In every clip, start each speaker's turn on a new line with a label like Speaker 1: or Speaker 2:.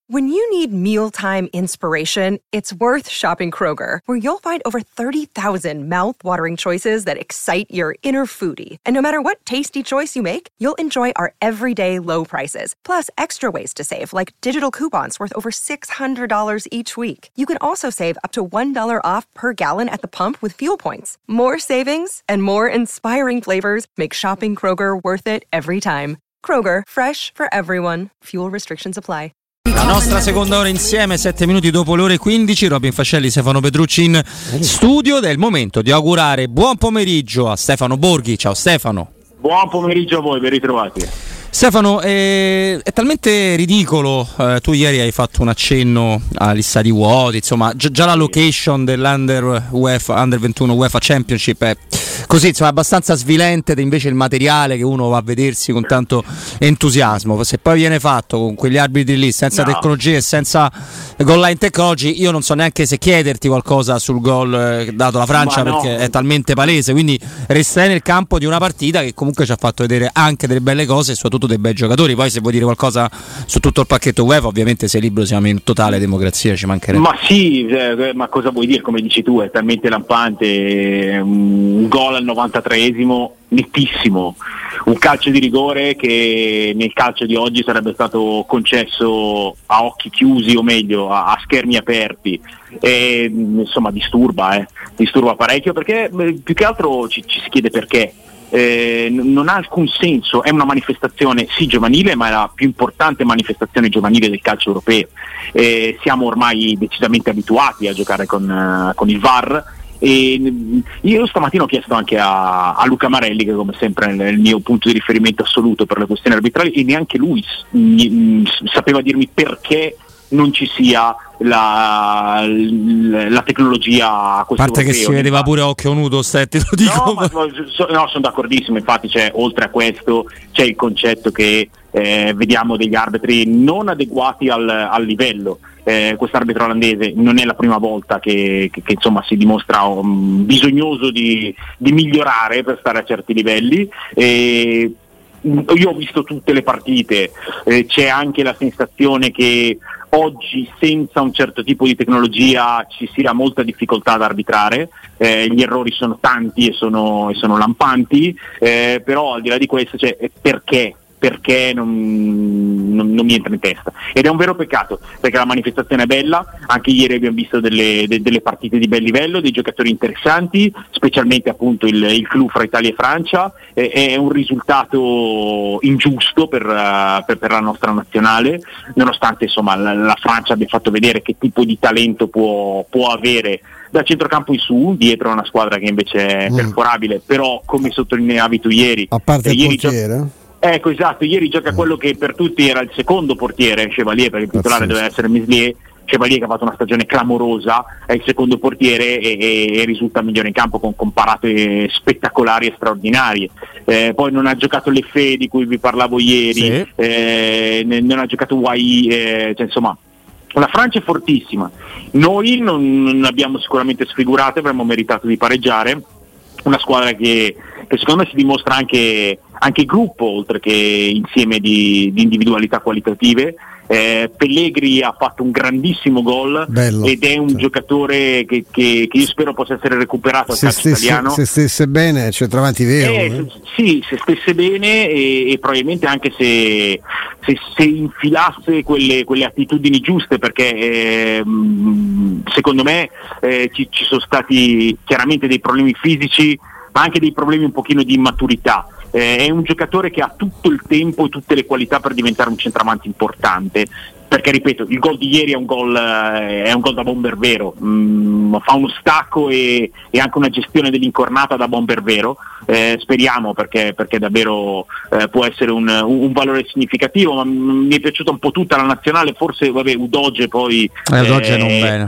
Speaker 1: When you need mealtime inspiration, it's worth shopping Kroger, where you'll find over 30,000 mouth-watering choices that excite your inner foodie. And no matter what tasty choice you make, you'll enjoy our everyday low prices, plus extra ways to save, like digital coupons worth over $600 each week. You can also save up to $1 off per gallon at the pump with fuel points. More savings and more inspiring flavors make shopping Kroger worth it every time. Kroger, fresh for everyone. Fuel restrictions apply.
Speaker 2: La nostra seconda ora insieme, 7 minuti dopo le ore 15, Robin Fascelli, Stefano Petrucci in studio ed è il momento di augurare buon pomeriggio a Stefano Borghi. Ciao Stefano.
Speaker 3: Buon pomeriggio a voi, ben ritrovati.
Speaker 2: Stefano, è talmente ridicolo, tu ieri hai fatto un accenno agli stadi vuoti, insomma già la location dell'Under Under 21 UEFA Championship è così, insomma, abbastanza svilente, ed invece il materiale che uno va a vedersi con tanto entusiasmo, se poi viene fatto con quegli arbitri lì senza tecnologie e senza goal line technology, io non so neanche se chiederti qualcosa sul gol dato la Francia, perché è talmente palese, quindi restai nel campo di una partita che comunque ci ha fatto vedere anche delle belle cose e soprattutto dei bei giocatori. Poi se vuoi dire qualcosa su tutto il pacchetto UEFA, ovviamente sei libero, siamo in totale democrazia, ci mancherebbe.
Speaker 3: Ma sì, ma cosa vuoi dire? Come dici tu, è talmente lampante, un gol al 93esimo nettissimo, un calcio di rigore che nel calcio di oggi sarebbe stato concesso a occhi chiusi, o meglio a schermi aperti, e insomma disturba parecchio, perché più che altro ci si chiede perché. Non ha alcun senso, è una manifestazione sì giovanile, ma è la più importante manifestazione giovanile del calcio europeo. Siamo ormai decisamente abituati a giocare con il VAR, e io stamattina ho chiesto anche a Luca Marelli, che come sempre è il mio punto di riferimento assoluto per le questioni arbitrali, e neanche lui sapeva dirmi perché non ci sia la tecnologia a questo
Speaker 2: parte europeo. Che si vedeva pure a occhio nudo, te lo dico.
Speaker 3: No, sono d'accordissimo, infatti oltre a questo c'è il concetto che vediamo degli arbitri non adeguati al livello. Quest'arbitro olandese non è la prima volta che insomma si dimostra bisognoso di migliorare per stare a certi livelli. Io ho visto tutte le partite, c'è anche la sensazione che oggi senza un certo tipo di tecnologia ci sia molta difficoltà ad arbitrare, gli errori sono tanti e sono lampanti, però al di là di questo perché non mi entra in testa, ed è un vero peccato, perché la manifestazione è bella. Anche ieri abbiamo visto delle partite di bel livello, dei giocatori interessanti, specialmente appunto il clou fra Italia e Francia. È un risultato ingiusto per la nostra nazionale, nonostante insomma la Francia abbia fatto vedere che tipo di talento può avere da centrocampo in su, dietro a una squadra che invece è perforabile, però come sottolineavi tu ieri,
Speaker 4: a parte il portiere.
Speaker 3: Ecco, esatto, ieri gioca quello che per tutti era il secondo portiere, Chevalier, perché il titolare doveva essere Meslier. Chevalier, che ha fatto una stagione clamorosa, è il secondo portiere e risulta migliore in campo con parate spettacolari e straordinarie. Poi non ha giocato Lefebvre, di cui vi parlavo ieri, sì. Non ha giocato Wai, insomma la Francia è fortissima. Noi non abbiamo sicuramente sfigurato, avremmo meritato di pareggiare. Una squadra che secondo me si dimostra anche gruppo, oltre che insieme di individualità qualitative. Pellegrini ha fatto un grandissimo gol. Bello, ed è un giocatore che io spero possa essere recuperato al calcio italiano.
Speaker 4: Se stesse bene, centravanti vero.
Speaker 3: Sì, se stesse bene e probabilmente anche se infilasse quelle attitudini giuste, perché secondo me ci sono stati chiaramente dei problemi fisici, ma anche dei problemi un pochino di immaturità. È un giocatore che ha tutto il tempo e tutte le qualità per diventare un centravanti importante, perché ripeto, il gol di ieri è un gol da bomber vero, fa uno stacco e anche una gestione dell'incornata da bomber vero. Speriamo, perché davvero può essere un valore significativo, ma mi è piaciuta un po' tutta la nazionale, forse Udoge poi
Speaker 2: Udoge non bene.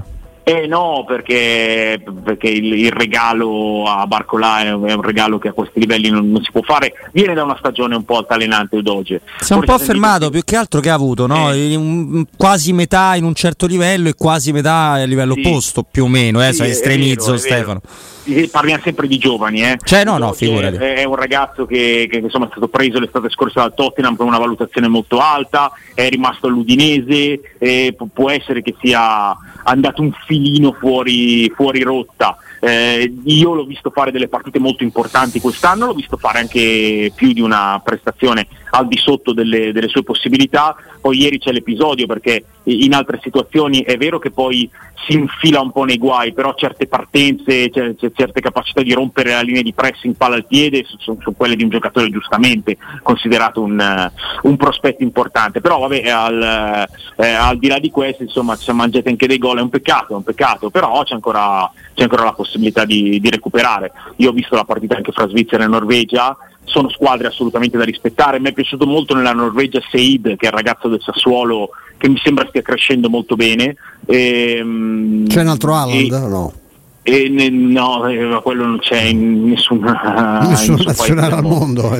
Speaker 3: No, perché il regalo a Barcolà è un regalo che a questi livelli non si può fare. Viene da una stagione un po' altalenante Udogie.
Speaker 2: Si è un po' affermato più che altro che ha avuto, no? Quasi metà in un certo livello e quasi metà a livello opposto, più o meno. Estremizzo, Stefano.
Speaker 3: Parliamo sempre di giovani,
Speaker 2: Cioè no, figurati.
Speaker 3: È un ragazzo che insomma è stato preso l'estate scorsa dal Tottenham per una valutazione molto alta, è rimasto all'Udinese, può essere che sia andato un filino fuori rotta. Io l'ho visto fare delle partite molto importanti quest'anno, l'ho visto fare anche più di una prestazione al di sotto delle sue possibilità. Poi ieri c'è l'episodio, perché in altre situazioni è vero che poi si infila un po' nei guai, però certe partenze, certe capacità di rompere la linea di pressing palla al piede sono quelle di un giocatore giustamente considerato un prospetto importante. Però vabbè, al di là di questo, insomma, ci siamo mangiati anche dei gol, è un peccato, però c'è ancora la possibilità di recuperare. Io ho visto la partita anche fra Svizzera e Norvegia, sono squadre assolutamente da rispettare. Mi è piaciuto molto nella Norvegia Seid, che è il ragazzo del Sassuolo, che mi sembra stia crescendo molto bene.
Speaker 4: C'è un altro Haaland? No.
Speaker 3: No, quello non c'è in nessuna
Speaker 4: nazionale al mondo.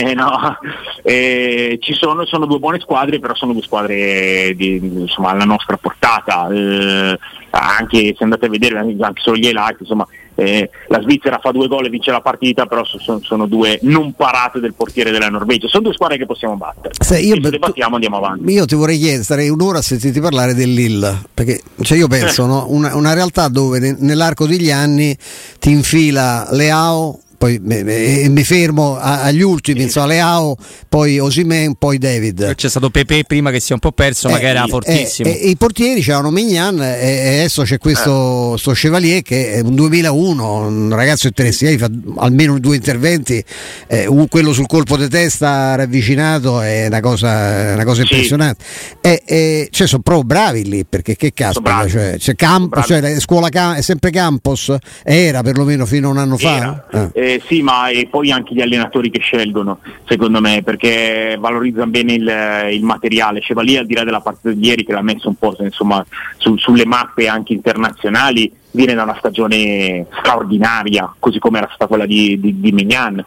Speaker 3: Sono due buone squadre, però sono due squadre insomma alla nostra portata. Anche se andate a vedere anche solo gli highlights, insomma, la Svizzera fa 2 gol e vince la partita, però sono 2 non parate del portiere della Norvegia. Sono 2 squadre che possiamo battere. Se battiamo andiamo avanti.
Speaker 4: Io ti vorrei chiedere, starei un'ora a sentirti parlare del Lille, perché io penso no? una realtà dove nell'arco degli anni ti infila Leao, poi mi fermo agli ultimi, insomma, Leao, poi Osimhen, poi David.
Speaker 2: C'è stato Pepe prima che si è un po' perso, ma che era fortissimo.
Speaker 4: I portieri c'erano Mignan e adesso c'è questo Chevalier che è un 2001, un ragazzo interessante, fa almeno 2 interventi, quello sul colpo di testa ravvicinato è una cosa impressionante. Cioè sono proprio bravi lì, perché che caspita, c'è Campos, cioè scuola è sempre Campos, era perlomeno fino a un anno fa.
Speaker 3: Sì, ma e poi anche gli allenatori che scelgono, secondo me, perché valorizzano bene il materiale. Chevalier, al di là della partita di ieri, che l'ha messo un po' insomma sulle mappe anche internazionali, viene da una stagione straordinaria, così come era stata quella di Mignan.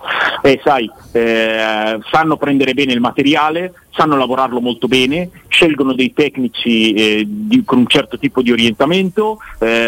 Speaker 3: Sanno prendere bene il materiale, sanno lavorarlo molto bene, scelgono dei tecnici con un certo tipo di orientamento,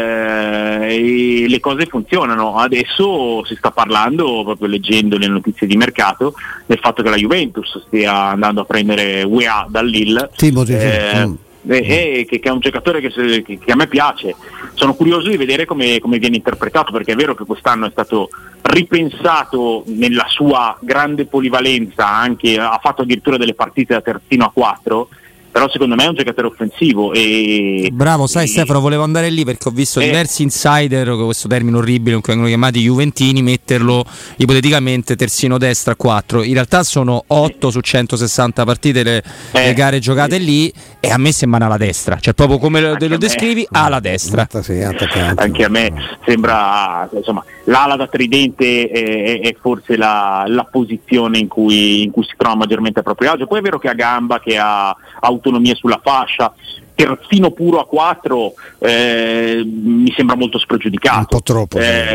Speaker 3: e le cose funzionano. Adesso si sta parlando, proprio leggendo le notizie di mercato, del fatto che la Juventus stia andando a prendere UEA dal Lille, che è un giocatore che a me piace. Sono curioso di vedere come viene interpretato, perché è vero che quest'anno è stato ripensato nella sua grande polivalenza, anche ha fatto addirittura delle partite da terzino a 4, però secondo me è un giocatore offensivo.
Speaker 2: Bravo, Stefano, volevo andare lì perché ho visto diversi insider, con questo termine orribile con cui vengono chiamati juventini, metterlo ipoteticamente terzino destra a 4. In realtà sono 8 su 160 partite le gare giocate lì, e a me sembra alla destra, cioè proprio come lo descrivi, alla destra.
Speaker 3: Anche a me sembra, insomma, l'ala da tridente è forse la posizione in cui si trova maggiormente a proprio agio. Poi è vero che ha gamba, che ha autonomia sulla fascia. Terzino puro a 4 mi sembra molto spregiudicato,
Speaker 4: un po' troppo.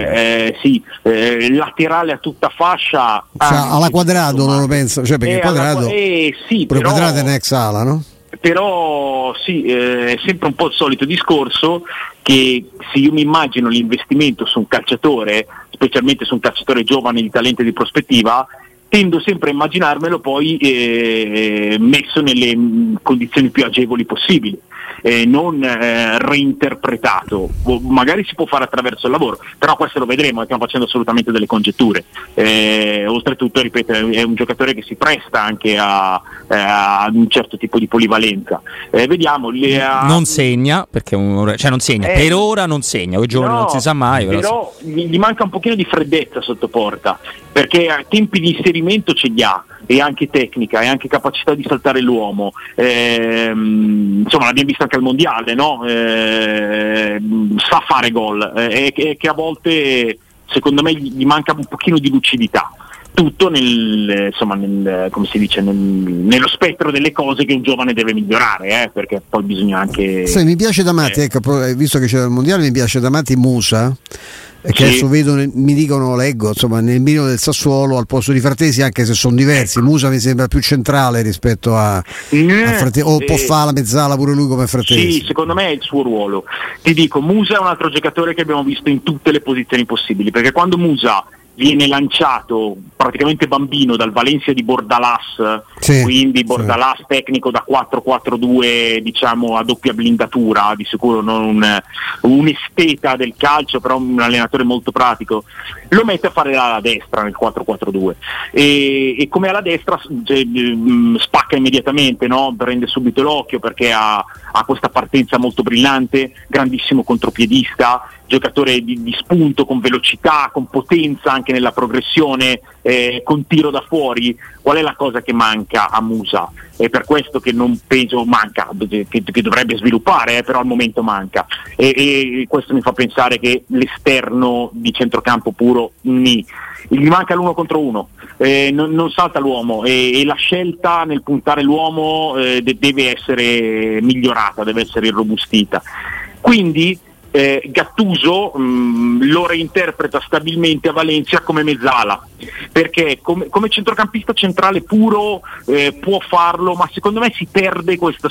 Speaker 3: Laterale a tutta fascia,
Speaker 4: alla Quadrado non lo penso, cioè perché Quadrado
Speaker 3: però
Speaker 4: Quadrado è un ex ala, no?
Speaker 3: Però è sempre un po' il solito discorso, che se io mi immagino l'investimento su un calciatore, specialmente su un calciatore giovane di talento e di prospettiva, tendo sempre a immaginarmelo poi messo nelle condizioni più agevoli possibili, non reinterpretato. Magari si può fare attraverso il lavoro, però questo lo vedremo, stiamo facendo assolutamente delle congetture. Oltretutto, ripeto, è un giocatore che si presta anche a un certo tipo di polivalenza. Vediamo.
Speaker 2: Non segna, perché non segna, per ora non segna, quei giovani non si sa mai.
Speaker 3: Però gli manca un pochino di freddezza sotto porta, perché a tempi di inserimento ce li ha, e anche tecnica e anche capacità di saltare l'uomo. Insomma, l'abbiamo visto anche al mondiale, no? Sa fare gol, e che a volte secondo me gli manca un pochino di lucidità. tutto come si dice, nello spettro delle cose che un giovane deve migliorare, perché poi bisogna anche...
Speaker 4: Sì, mi piace da matti, ecco, visto che c'è il mondiale, mi piace da matti Musa, che adesso vedo, mi dicono, leggo, insomma, nel mirino del Sassuolo al posto di Frattesi, anche se sono diversi. Musa mi sembra più centrale rispetto a Frattesi, o può fare la mezzala pure lui come Frattesi.
Speaker 3: Sì, secondo me è il suo ruolo. Ti dico, Musa è un altro giocatore che abbiamo visto in tutte le posizioni possibili, perché quando Musa viene lanciato praticamente bambino dal Valencia di Bordalas, quindi Bordalas tecnico da 4-4-2, diciamo a doppia blindatura, di sicuro non un esteta del calcio, però un allenatore molto pratico, lo mette a fare la destra nel 4-4-2 e come alla destra spacca immediatamente, no? Prende subito l'occhio perché ha questa partenza molto brillante, grandissimo contropiedista, giocatore di spunto, con velocità, con potenza anche nella progressione, con tiro da fuori. Qual è la cosa che manca a Musa? È per questo che non penso manca, che dovrebbe sviluppare, però al momento manca, e questo mi fa pensare che l'esterno di centrocampo puro gli manca l'1 contro 1, non salta l'uomo, e la scelta nel puntare l'uomo deve essere migliorata, deve essere irrobustita. Quindi Gattuso lo reinterpreta stabilmente a Valencia come mezzala, perché come centrocampista centrale puro può farlo, ma secondo me si perde questa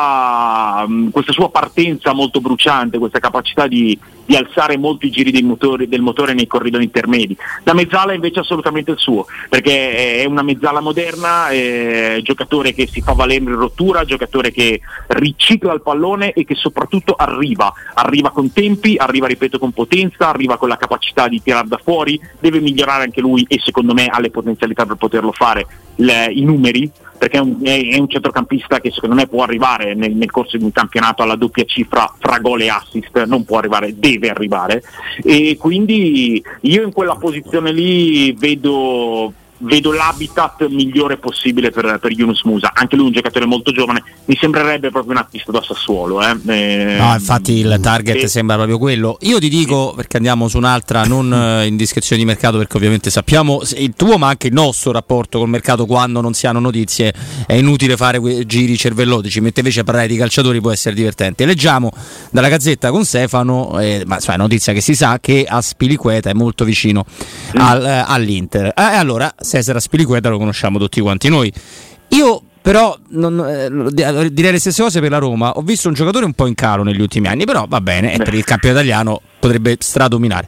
Speaker 3: sua partenza molto bruciante, questa capacità di alzare molti giri del motore nei corridoi intermedi. Da mezzala invece è assolutamente il suo, perché è una mezzala moderna, giocatore che si fa valere in rottura, giocatore che ricicla il pallone e che soprattutto arriva con tempi, arriva, ripeto, con potenza, arriva con la capacità di tirare da fuori. Deve migliorare anche lui, e secondo me ha le potenzialità per poterlo fare, i numeri, perché è un centrocampista che secondo me può arrivare nel corso di un campionato alla doppia cifra fra gol e assist, non può arrivare, deve arrivare, e quindi io in quella posizione lì vedo l'habitat migliore possibile per Yunus Musa. Anche lui è un giocatore molto giovane, mi sembrerebbe proprio un acquisto da Sassuolo.
Speaker 2: No, infatti il target sembra proprio quello. Io ti dico, perché andiamo su un'altra, non indiscrezione di mercato, perché ovviamente sappiamo il tuo ma anche il nostro rapporto col mercato quando non si hanno notizie, è inutile fare quei giri cervellotici, mentre invece parlare di calciatori può essere divertente. Leggiamo dalla Gazzetta con Stefano, ma è notizia che si sa, che Azpilicueta è molto vicino all'Inter. Allora Cesare Azpilicueta lo conosciamo tutti quanti noi. Io però direi le stesse cose per la Roma. Ho visto un giocatore un po' in calo negli ultimi anni, però va bene, e per il campionato italiano potrebbe stradominare.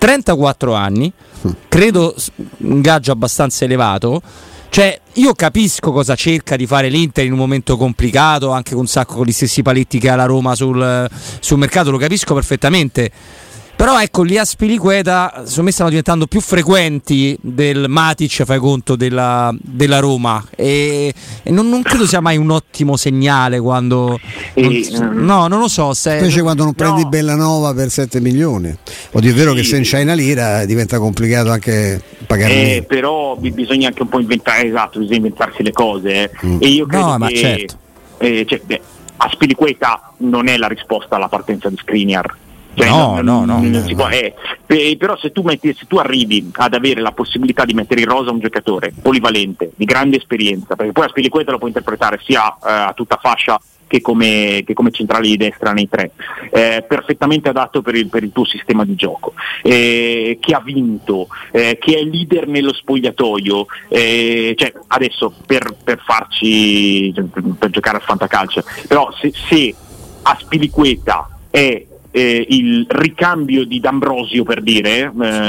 Speaker 2: 34 anni, credo ingaggio abbastanza elevato. Cioè, io capisco cosa cerca di fare l'Inter in un momento complicato, anche con un sacco con gli stessi paletti che ha la Roma sul mercato, lo capisco perfettamente. Però ecco, gli Azpilicueta secondo me stanno diventando più frequenti del Matic, fai conto, della Roma, e non credo sia mai un ottimo segnale quando non lo so,
Speaker 4: specie quando non prendi Bellanova per 7 milioni. Oddio, è vero che se non c'hai una lira diventa complicato anche pagare,
Speaker 3: però bisogna anche un po' bisogna inventarsi le cose, e io credo che Azpilicueta non è la risposta alla partenza di Skriniar. Non si può, però se tu arrivi ad avere la possibilità di mettere in rosa un giocatore polivalente, di grande esperienza, perché poi Azpilicueta lo può interpretare sia a tutta fascia che come centrale di destra nei tre, perfettamente adatto per il tuo sistema di gioco, che ha vinto, che è leader nello spogliatoio, adesso per giocare al fantacalcio, però se Azpilicueta è il ricambio di D'Ambrosio, per dire,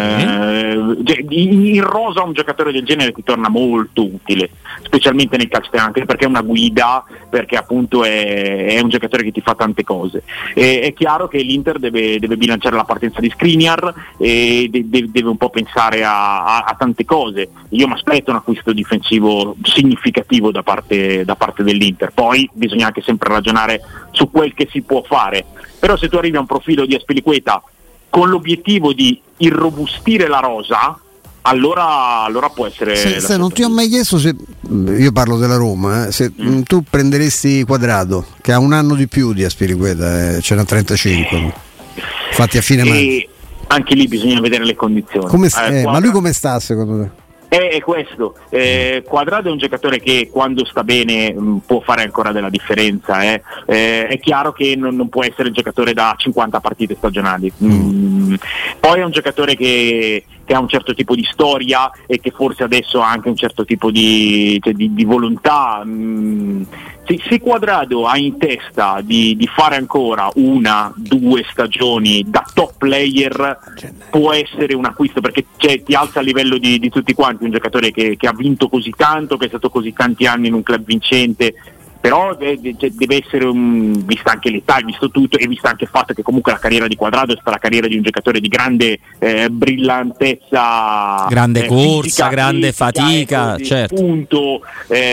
Speaker 3: in rosa un giocatore del genere ti torna molto utile, specialmente nel calcio, anche perché è una guida, perché appunto è un giocatore che ti fa tante cose. È chiaro che l'Inter deve bilanciare la partenza di Skriniar e deve un po' pensare a tante cose. Io mi aspetto un acquisto difensivo significativo da parte dell'Inter, poi bisogna anche sempre ragionare su quel che si può fare. Però se tu arrivi a un profilo di Azpilicueta con l'obiettivo di irrobustire la rosa, allora può essere...
Speaker 4: non ti ho mai chiesto, se io parlo della Roma, se tu prenderesti Quadrado, che ha un anno di più di Azpilicueta, ce n'ha 35, infatti a fine maggio.
Speaker 3: Anche lì bisogna vedere le condizioni.
Speaker 4: Ma lui come sta secondo te?
Speaker 3: È questo. Quadrado è un giocatore che quando sta bene può fare ancora della differenza. È chiaro che non può essere il giocatore da 50 partite stagionali. Poi è un giocatore che ha un certo tipo di storia e che forse adesso ha anche un certo tipo di volontà. Se Quadrado ha in testa di fare ancora 1-2 stagioni da top player, può essere un acquisto, perché ti alza a livello di tutti quanti, un giocatore che ha vinto così tanto, che è stato così tanti anni in un club vincente. Però deve essere vista anche l'età, visto tutto, e vista anche il fatto che comunque la carriera di Quadrado è stata la carriera di un giocatore di grande brillantezza,
Speaker 2: grande corsa,
Speaker 3: fisica,
Speaker 2: grande fatica, certo.
Speaker 3: Punto,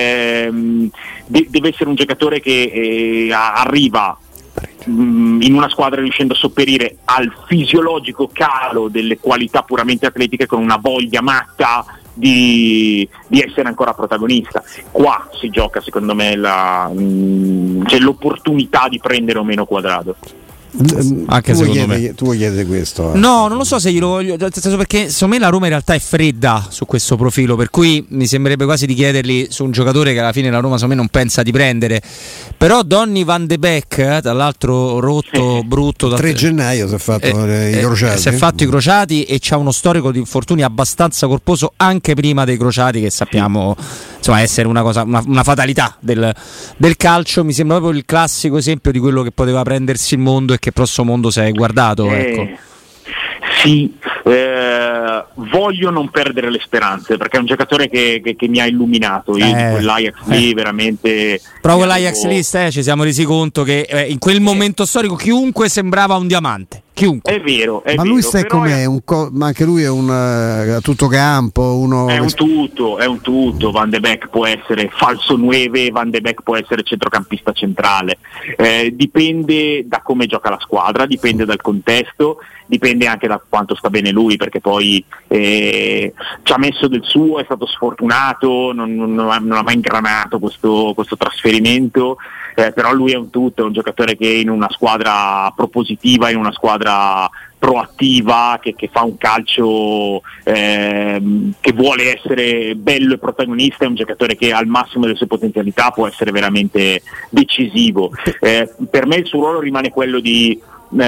Speaker 3: deve essere un giocatore che arriva in una squadra riuscendo a sopperire al fisiologico calo delle qualità puramente atletiche, con una voglia matta di essere ancora protagonista. Qua si gioca secondo me c'è l'opportunità di prendere o meno Quadrado.
Speaker 2: Anche secondo me
Speaker 4: tu vuoi chiedere questo?
Speaker 2: No, non lo so se glielo voglio, nel senso, perché secondo me la Roma in realtà è fredda su questo profilo, per cui mi sembrerebbe quasi di chiedergli su un giocatore che alla fine la Roma secondo me non pensa di prendere. Però Donny van de Beek, tra l'altro rotto brutto,
Speaker 4: 3 gennaio si è fatto i crociati.
Speaker 2: Si è fatto i crociati e c'ha uno storico di infortuni abbastanza corposo anche prima dei crociati, che sappiamo insomma essere una cosa, una fatalità del calcio. Mi sembra proprio il classico esempio di quello che poteva prendersi il mondo e che prossimo mondo si è guardato, ecco.
Speaker 3: Sì, voglio non perdere le speranze, perché è un giocatore che mi ha illuminato. Io di quell'Ajax lì veramente.
Speaker 2: Proprio l'Ajax lì ci siamo resi conto che in quel momento storico chiunque sembrava un diamante. Chiunque.
Speaker 3: È vero,
Speaker 4: ma lui sta com'è? Ma anche lui è un tutto campo, è
Speaker 3: un tutto. Van de Beek può essere falso 9, Van de Beek può essere centrocampista centrale. Dipende da come gioca la squadra, dipende dal contesto, dipende anche da quanto sta bene lui, perché poi ci ha messo del suo, è stato sfortunato, non ha mai ingranato questo trasferimento. Però lui è un tutto, è un giocatore che in una squadra propositiva, in una squadra proattiva, che fa un calcio che vuole essere bello e protagonista, è un giocatore che al massimo delle sue potenzialità può essere veramente decisivo. Per me il suo ruolo rimane quello di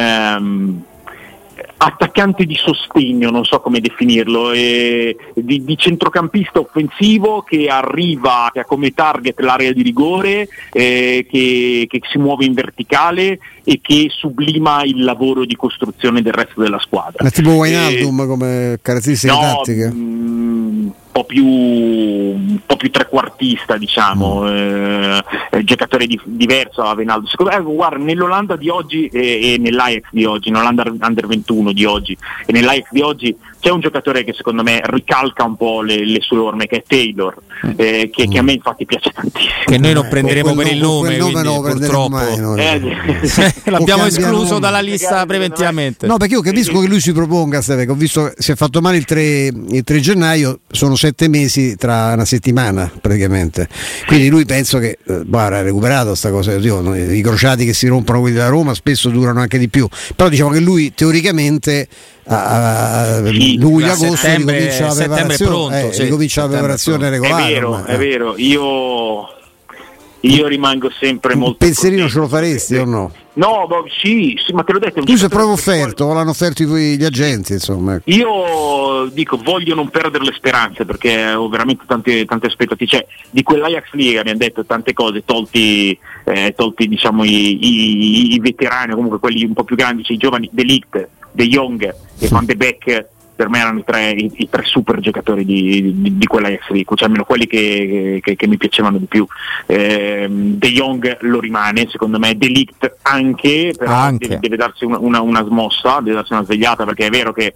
Speaker 3: attaccante di sostegno, non so come definirlo, di centrocampista offensivo che arriva, che ha come target l'area di rigore, che si muove in verticale e che sublima il lavoro di costruzione del resto della squadra.
Speaker 4: Ma tipo Wijnaldum come caratteristiche tattiche?
Speaker 3: Un po' più trequartista, diciamo, giocatore diverso a Wijnaldum. Secondo me, guarda, nell'Olanda di oggi e nell'Ajax di oggi, nell'Under Under 21 di oggi e nell'Ajax di oggi c'è un giocatore che secondo me ricalca un po' le sue orme, che è Taylor, che a me infatti piace tantissimo.
Speaker 2: Che noi non prenderemo per il nome, quindi, purtroppo
Speaker 4: mai,
Speaker 2: l'abbiamo escluso dalla lista preventivamente.
Speaker 4: No, perché io capisco che lui si proponga, ho visto che si è fatto male il 3 gennaio, sono 7 mesi tra una settimana praticamente, quindi lui penso che ha recuperato sta cosa. I crociati che si rompono, quelli della Roma, spesso durano anche di più, però diciamo che lui teoricamente luglio-agosto ricomincia la preparazione, ricomincia la preparazione regolare.
Speaker 3: È vero, io rimango sempre molto.
Speaker 4: Un pensierino ce lo faresti o no?
Speaker 3: No, sì, ma te l'ho detto.
Speaker 4: Tu sei proprio offerto, o l'hanno offerto gli agenti, insomma.
Speaker 3: Io dico, voglio non perdere le speranze, perché ho veramente tante aspettative. Cioè, di quell'Ajax Liga abbiamo detto tante cose, tolti diciamo i veterani, comunque quelli un po' più grandi, cioè i giovani, De Ligt, De Jong e Van de Beek. Per me erano i tre super giocatori di quella X, cioè almeno quelli che mi piacevano di più. De Jong lo rimane, secondo me, De Ligt anche, però deve darsi una smossa, deve darsi una svegliata, perché è vero che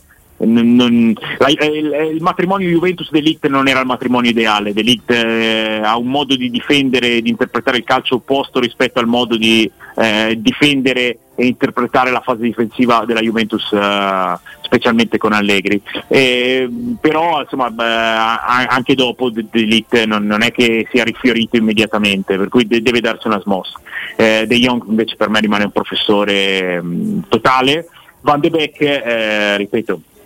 Speaker 3: il matrimonio Juventus-De Ligt non era il matrimonio ideale. De Ligt ha un modo di difendere, di interpretare il calcio opposto rispetto al modo di difendere e interpretare la fase difensiva della Juventus, specialmente con Allegri. Però insomma anche dopo De Ligt non è che sia rifiorito immediatamente, per cui deve darsi una smossa. De Jong invece per me rimane un professore totale. Van de Beek, ripeto,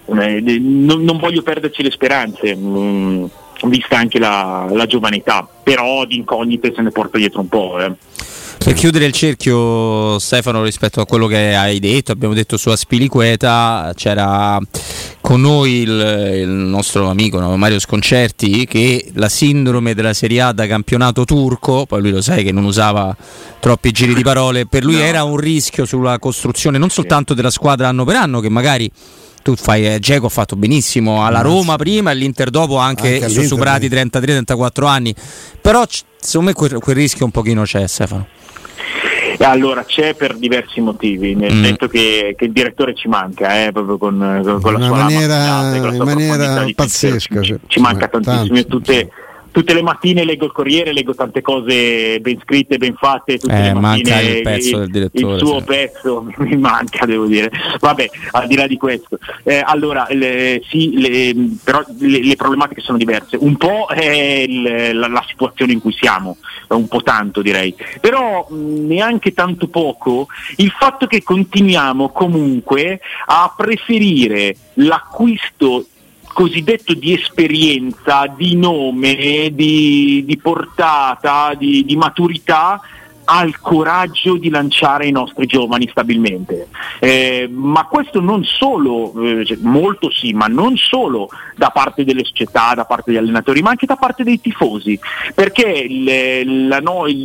Speaker 3: non voglio perderci le speranze, vista anche la giovane età, però di incognite se ne porta dietro un po'.
Speaker 2: Per chiudere il cerchio, Stefano, rispetto a quello che hai detto, abbiamo detto su Aspilicueta, c'era con noi il nostro amico Mario Sconcerti, che la sindrome della Serie A da campionato turco, poi lui lo sai che non usava troppi giri di parole, per lui era un rischio sulla costruzione non soltanto della squadra anno per anno, che magari tu fai, Dzeko ha fatto benissimo alla Roma prima e l'Inter dopo, anche sono superati 33-34 anni, però secondo me quel rischio un pochino c'è, Stefano.
Speaker 3: Allora c'è per diversi motivi, nel senso che il direttore ci manca, proprio con la sua
Speaker 4: maniera pazzesca,
Speaker 3: ci manca tantissimo. Tutte le mattine leggo il Corriere, leggo tante cose ben scritte, ben fatte, tutte le mattine
Speaker 2: manca il pezzo del direttore,
Speaker 3: il suo pezzo mi manca, devo dire. Vabbè, al di là di questo, allora però le problematiche sono diverse. Un po' è la situazione in cui siamo, un po' tanto direi, però neanche tanto poco il fatto che continuiamo comunque a preferire l'acquisto cosiddetto di esperienza, di nome, di portata, di maturità, al coraggio di lanciare i nostri giovani stabilmente. Ma questo non solo, molto sì, ma non solo da parte delle società, da parte degli allenatori, ma anche da parte dei tifosi, perché la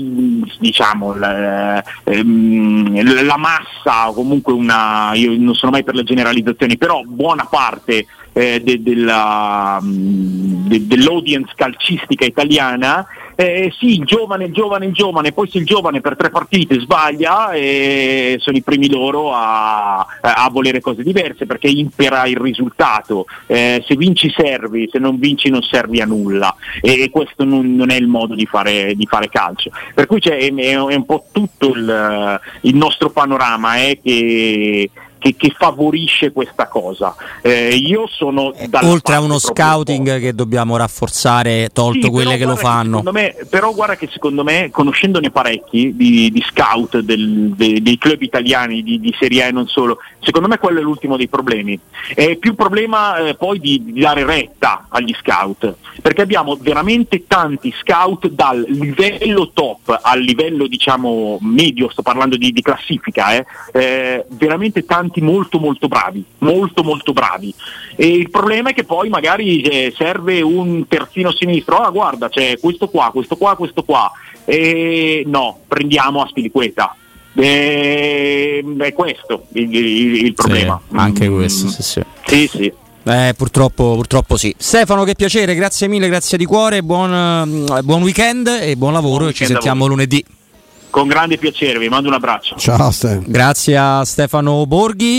Speaker 3: massa, o comunque io non sono mai per le generalizzazioni, però buona parte dell'audience calcistica italiana, sì, il giovane, poi se il giovane per 3 partite sbaglia, sono i primi loro a volere cose diverse, perché impera il risultato, se vinci servi, se non vinci non servi a nulla, e questo non è il modo di fare calcio, per cui è un po' tutto il nostro panorama che favorisce questa cosa. Io sono
Speaker 2: oltre a uno scouting che dobbiamo rafforzare, tolto quelle che lo fanno.
Speaker 3: Però guarda che secondo me, conoscendone parecchi di scout dei club italiani di Serie A e non solo, secondo me quello è l'ultimo dei problemi. È più problema poi di dare retta agli scout, perché abbiamo veramente tanti scout dal livello top al livello diciamo medio, sto parlando di classifica, veramente tanti molto molto bravi, e il problema è che poi magari serve un terzino sinistro, guarda c'è questo qua, no, prendiamo Aspilicueta. È questo il problema.
Speaker 2: Sì, anche questo, sì. Purtroppo sì. Stefano, che piacere, grazie mille, grazie di cuore, buon weekend e buon lavoro, e ci sentiamo lunedì.
Speaker 3: Con grande piacere, vi mando un abbraccio.
Speaker 4: Ciao Stefano.
Speaker 2: Grazie a Stefano Borghi.